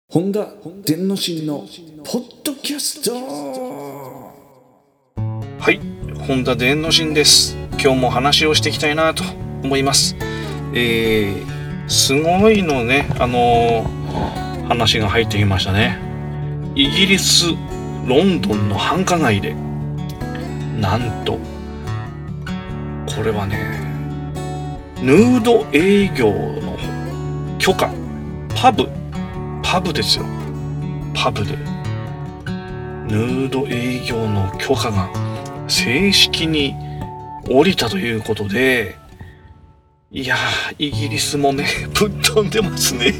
本田伝之進のポッドキャスト。 はい、本田伝之進です。今日も話をしていきたいなと思います。すごいのね、話が入ってきましたね。イギリスロンドンの繁華街でなんとこれはね、ヌード営業の許可、パブですよ。パブでヌード営業の許可が正式に下りたということで、いやー、イギリスもねぶっ飛んでますね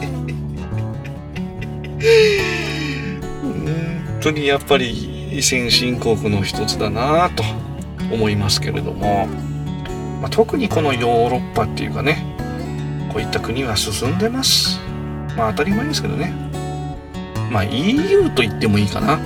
本当にやっぱり先進国の一つだなと思いますけれども、特にこのヨーロッパっていうかね、こういった国は進んでます。当たり前ですけどね。EU と言ってもいいかな。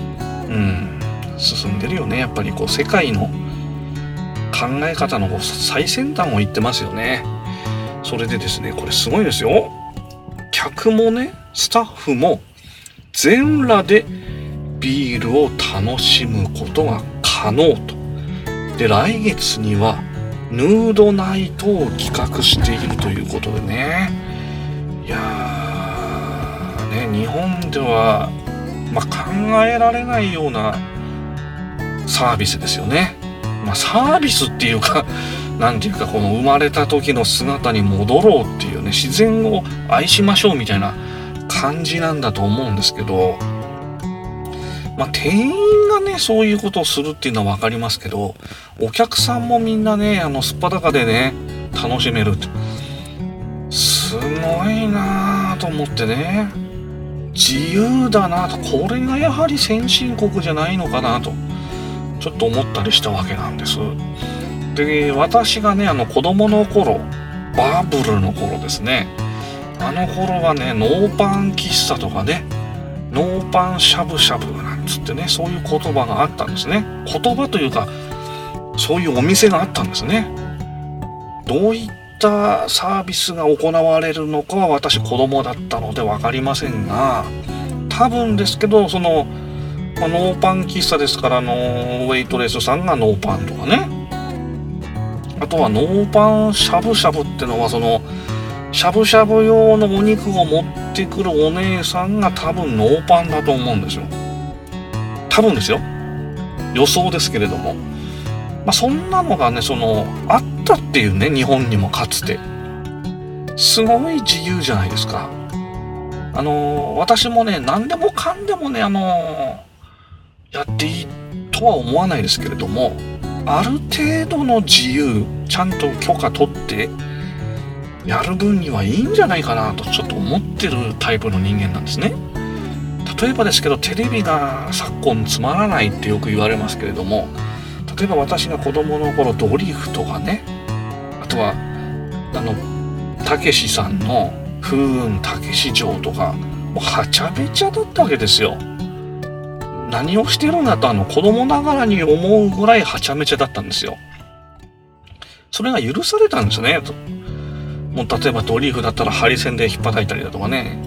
進んでるよね。やっぱりこう世界の考え方の最先端を言ってますよね。それでですね、これすごいですよ。客もね、スタッフも全裸でビールを楽しむことが可能と。で、来月にはヌードナイトを企画しているということでね。いやーね、日本では、考えられないようなサービスですよね。サービスっていうか、なんていうか、この生まれた時の姿に戻ろうっていうね、自然を愛しましょうみたいな感じなんだと思うんですけど、店員がね、そういうことをするっていうのはわかりますけど、お客さんもみんなね、すっぱだかでね、楽しめるって。すごいなぁと思ってね、自由だなと、これがやはり先進国じゃないのかなとちょっと思ったりしたわけなんです。で、私がね、子供の頃、バブルの頃ですね、あの頃はね、ノーパン喫茶とかね、ノーパンしゃぶしゃぶなんつってね、そういう言葉があったんですね。言葉というか、そういうお店があったんですね。どういったサービスが行われるのかは私子供だったので分かりませんが、多分ですけど、その、ノーパン喫茶ですから、ウェイトレスさんがノーパンとかね、あとはノーパンしゃぶしゃぶってのは、そのしゃぶしゃぶ用のお肉を持ってくるお姉さんが多分ノーパンだと思うんですよ。多分ですよ、予想ですけれども、そんなのがね、あったっていうね、日本にもかつてすごい自由じゃないですか。私もね、何でもかんでもね、やっていいとは思わないですけれども、ある程度の自由ちゃんと許可取ってやる分にはいいんじゃないかなとちょっと思ってるタイプの人間なんですね。例えばですけど、テレビが昨今つまらないってよく言われますけれども、例えば私が子供の頃ドリフとかね、あとはたけしさんの風雲たけし城とか、もうはちゃめちゃだったわけですよ。何をしてるんだと子供ながらに思うぐらいはちゃめちゃだったんですよ。それが許されたんですね。もう例えばドリフだったらハリセンで引っ叩いたりだとかね、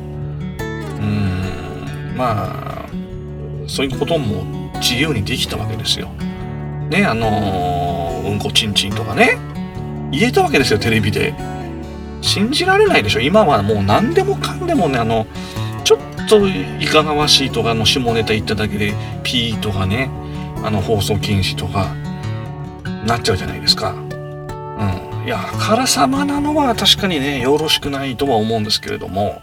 そういうことも自由にできたわけですよね。うんこちんちんとかね、言えたわけですよ、テレビで。信じられないでしょ。今はもう何でもかんでもね、ちょっといかがわしいとか下ネタ言っただけでピーとかね、放送禁止とかなっちゃうじゃないですか。いや、あからさまなのは確かにね、よろしくないとは思うんですけれども、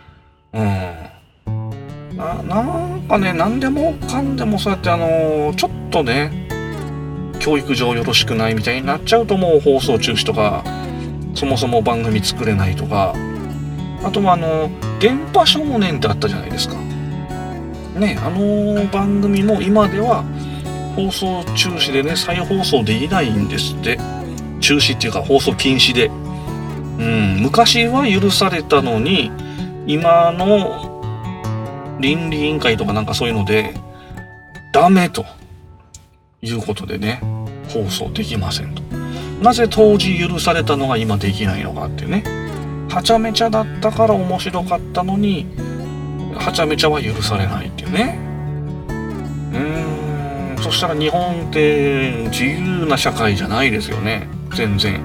なんかね、何でもかんでもそうやってちょっとね、教育上よろしくないみたいになっちゃうと、もう放送中止とか、そもそも番組作れないとか、あとは電波少年ってあったじゃないですかね。番組も今では放送中止でね、再放送できないんですって。中止っていうか放送禁止で、昔は許されたのに、今の倫理委員会とかなんかそういうのでダメということでね、放送できませんと。なぜ当時許されたのが今できないのかっていうね。はちゃめちゃだったから面白かったのにはちゃめちゃは許されないっていうね。そしたら日本って自由な社会じゃないですよね、全然。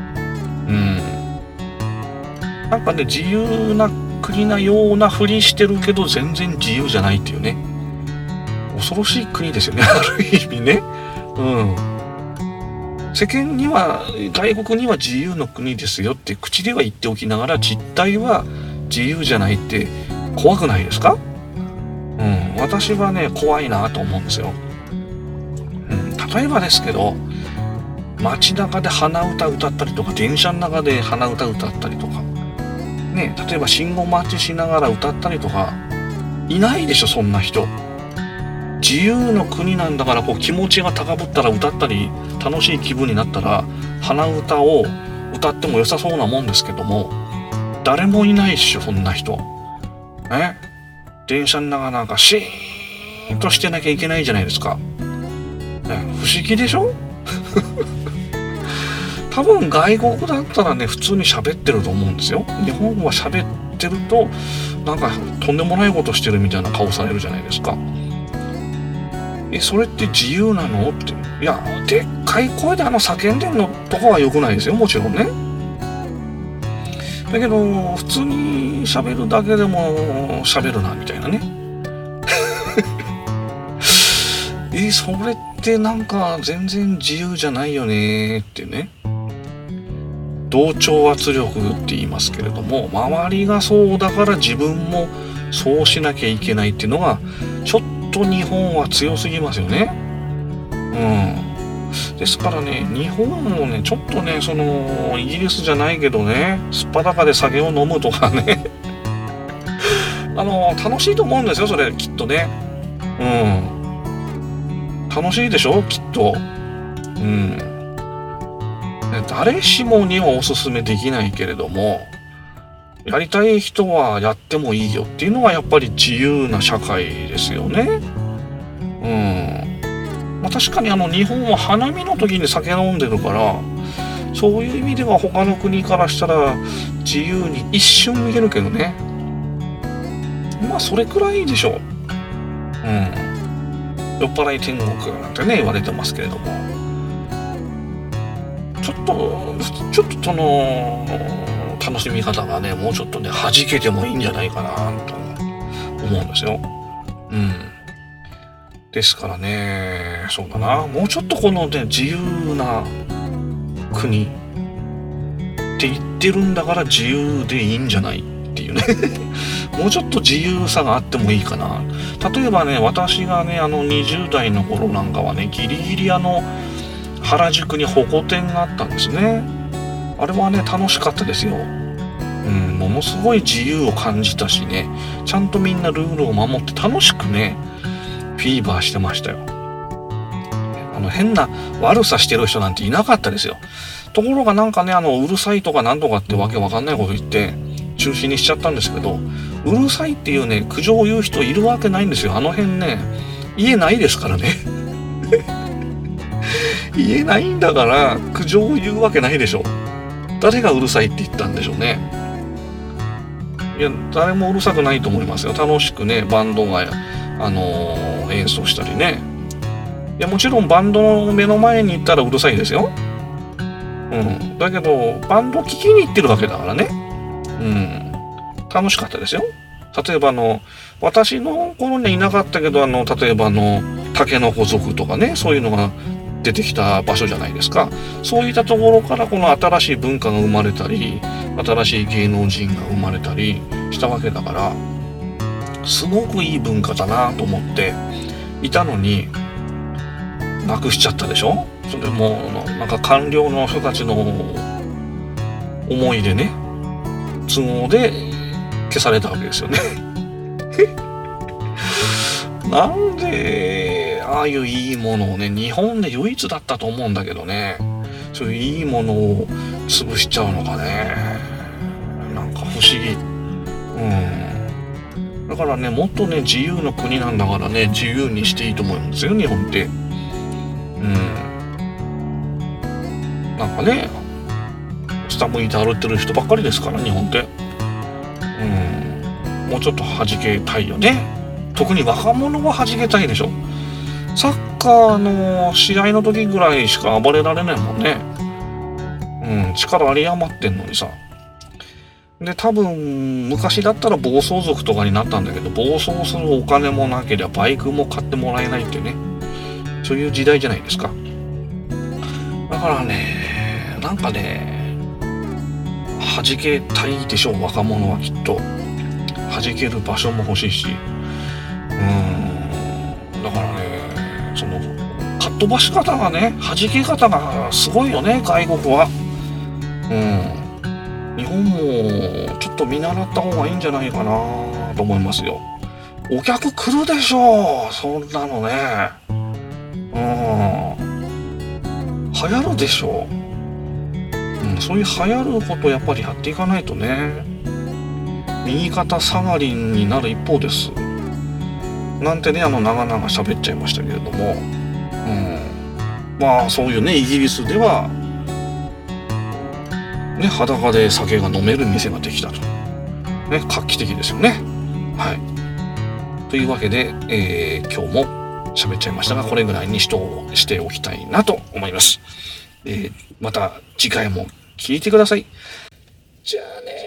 なんかね、自由な国なようなふりしてるけど全然自由じゃないっていうね、恐ろしい国ですよね、ある意味ね。世間には、外国には自由の国ですよって口では言っておきながら、実態は自由じゃないって怖くないですか？私はね、怖いなと思うんですよ。例えばですけど、街中で鼻歌歌ったりとか、電車の中で鼻歌歌ったりとかね、例えば信号待ちしながら歌ったりとか、いないでしょ、そんな人。自由の国なんだから、こう気持ちが高ぶったら歌ったり、楽しい気分になったら鼻歌を歌っても良さそうなもんですけども、誰もいないっしょ、そんな人ね。電車の中なんかシーンとしてなきゃいけないじゃないですか、ね、不思議でしょ多分外国だったらね、普通に喋ってると思うんですよ。日本は喋ってるとなんかとんでもないことしてるみたいな顔されるじゃないですか。それって自由なのって。いや、でっかい声で叫んでんのとかは良くないですよ、もちろんね。だけど普通に喋るだけでも喋るなみたいなねそれってなんか全然自由じゃないよねってね。同調圧力って言いますけれども、周りがそうだから自分もそうしなきゃいけないっていうのがちょっと日本は強すぎますよね。ですからね、日本もね、ちょっとね、イギリスじゃないけどね、すっぱだかで酒を飲むとかね楽しいと思うんですよ、それきっとね。楽しいでしょ、きっと。誰しもにはおすすめできないけれども、やりたい人はやってもいいよっていうのがやっぱり自由な社会ですよね。確かに日本は花見の時に酒飲んでるから、そういう意味では他の国からしたら自由に一瞬見えるけどね。それくらいでしょう。酔っ払い天国なんてね言われてますけれども、ちょっとその楽しみ方がね、もうちょっとね弾けてもいいんじゃないかなと思うんですよ。ですからね、そうだな、もうちょっとこのね自由な国って言ってるんだから自由でいいんじゃないっていうねもうちょっと自由さがあってもいいかな。例えばね、私がね20代の頃なんかはね、ギリギリ原宿に保護店があったんですね。あれはね楽しかったですよ。ものすごい自由を感じたしね、ちゃんとみんなルールを守って楽しくねフィーバーしてましたよ。変な悪さしてる人なんていなかったですよ。ところがなんかね、うるさいとかなんとかってわけわかんないこと言って中止にしちゃったんですけど、うるさいっていうね苦情を言う人いるわけないんですよ。辺ね家ないですからね家ないんだから苦情を言うわけないでしょ。誰がうるさいって言ったんでしょうね。いや、誰もうるさくないと思いますよ。楽しくねバンドが演奏したりね。いや、もちろんバンドの目の前に行ったらうるさいですよ。だけどバンド聴きに行ってるわけだからね。楽しかったですよ。例えば私の頃にはいなかったけど、例えばタケノコ族とかね、そういうのが出てきた場所じゃないですか。そういったところからこの新しい文化が生まれたり、新しい芸能人が生まれたりしたわけだから、すごくいい文化だなと思っていたのになくしちゃったでしょ。それもなんか官僚の人たちの思いでね、都合で消されたわけですよねなんでああいういいものをね、日本で唯一だったと思うんだけどね、そういういいものを潰しちゃうのかね、なんか不思議。だからね、もっとね自由の国なんだからね、自由にしていいと思うんですよ、日本って。なんかね、下向いて歩ってる人ばっかりですから、日本って。 もうちょっと弾けたいよね。特に若者は弾けたいでしょ。サッカーの試合の時ぐらいしか暴れられないもんね。力有り余ってんのにさ。で、多分昔だったら暴走族とかになったんだけど、暴走するお金もなければバイクも買ってもらえないっていうね、そういう時代じゃないですか。だからね、なんかね、弾けたいでしょ、若者はきっと。弾ける場所も欲しいし、だからね、そのかっ飛ばし方がね、弾け方がすごいよね、外国は。日本もちょっと見習った方がいいんじゃないかなと思いますよ。お客来るでしょう、そんなのね。流行るでしょう。そういう流行ることをやっぱりやっていかないとね、右肩下がりになる一方です。なんてね、長々喋っちゃいましたけれども、まあそういうね、イギリスではね、裸で酒が飲める店ができたと。ね、画期的ですよね。はい。というわけで、今日も喋っちゃいましたが、これぐらいにしておきたいなと思います。また次回も聞いてください。じゃあね。